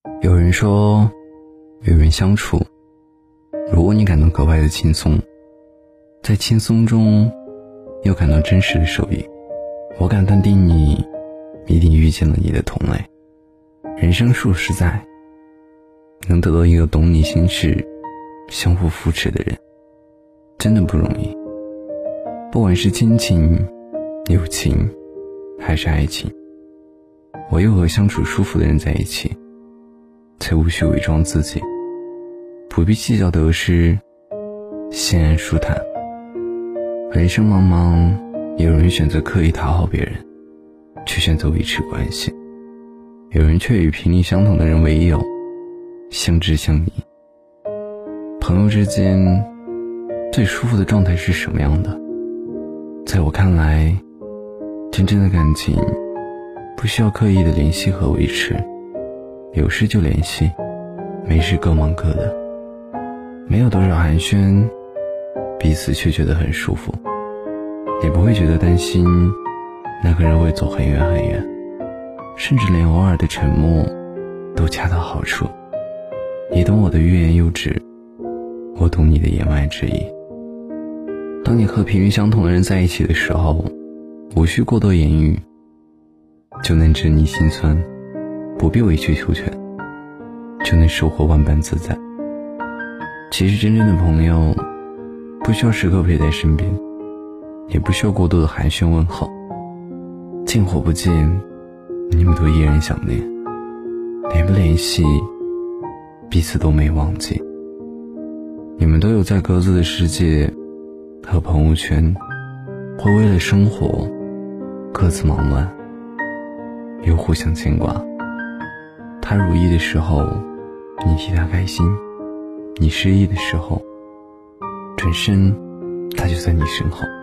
有人说，与人相处，如果你感到格外的轻松，在轻松中又感到真实的受益，我敢断定你一定遇见了你的同类。人生数十载，能得到一个懂你心事、相互扶持的人，真的不容易。不管是亲情、友情还是爱情，唯有和相处舒服的人在一起，才无需伪装自己，不必计较得失，心安舒坦。人生茫茫，有人选择刻意讨好别人，却选择维持关系；有人却与频率相同的人为友，相知相依。朋友之间最舒服的状态是什么样的？在我看来，真正的感情不需要刻意的联系和维持，有事就联系，没事各忙各的，没有多少寒暄，彼此却觉得很舒服，也不会觉得担心那个人会走很远很远，甚至连偶尔的沉默都恰到好处。你懂我的欲言又止，我懂你的言外之意。当你和频率相同的人在一起的时候，无需过多言语，就能知你心酸，不必委曲求全，就能收获万般自在。其实真正的朋友不需要时刻陪在身边，也不需要过多的寒暄问候，见或不见，你们都依然想念，联不联系，彼此都没忘记。你们都有在各自的世界和朋友圈，会为了生活各自忙乱，又互相牵挂。他如意的时候，你替他开心；你失意的时候，转身他就在你身后。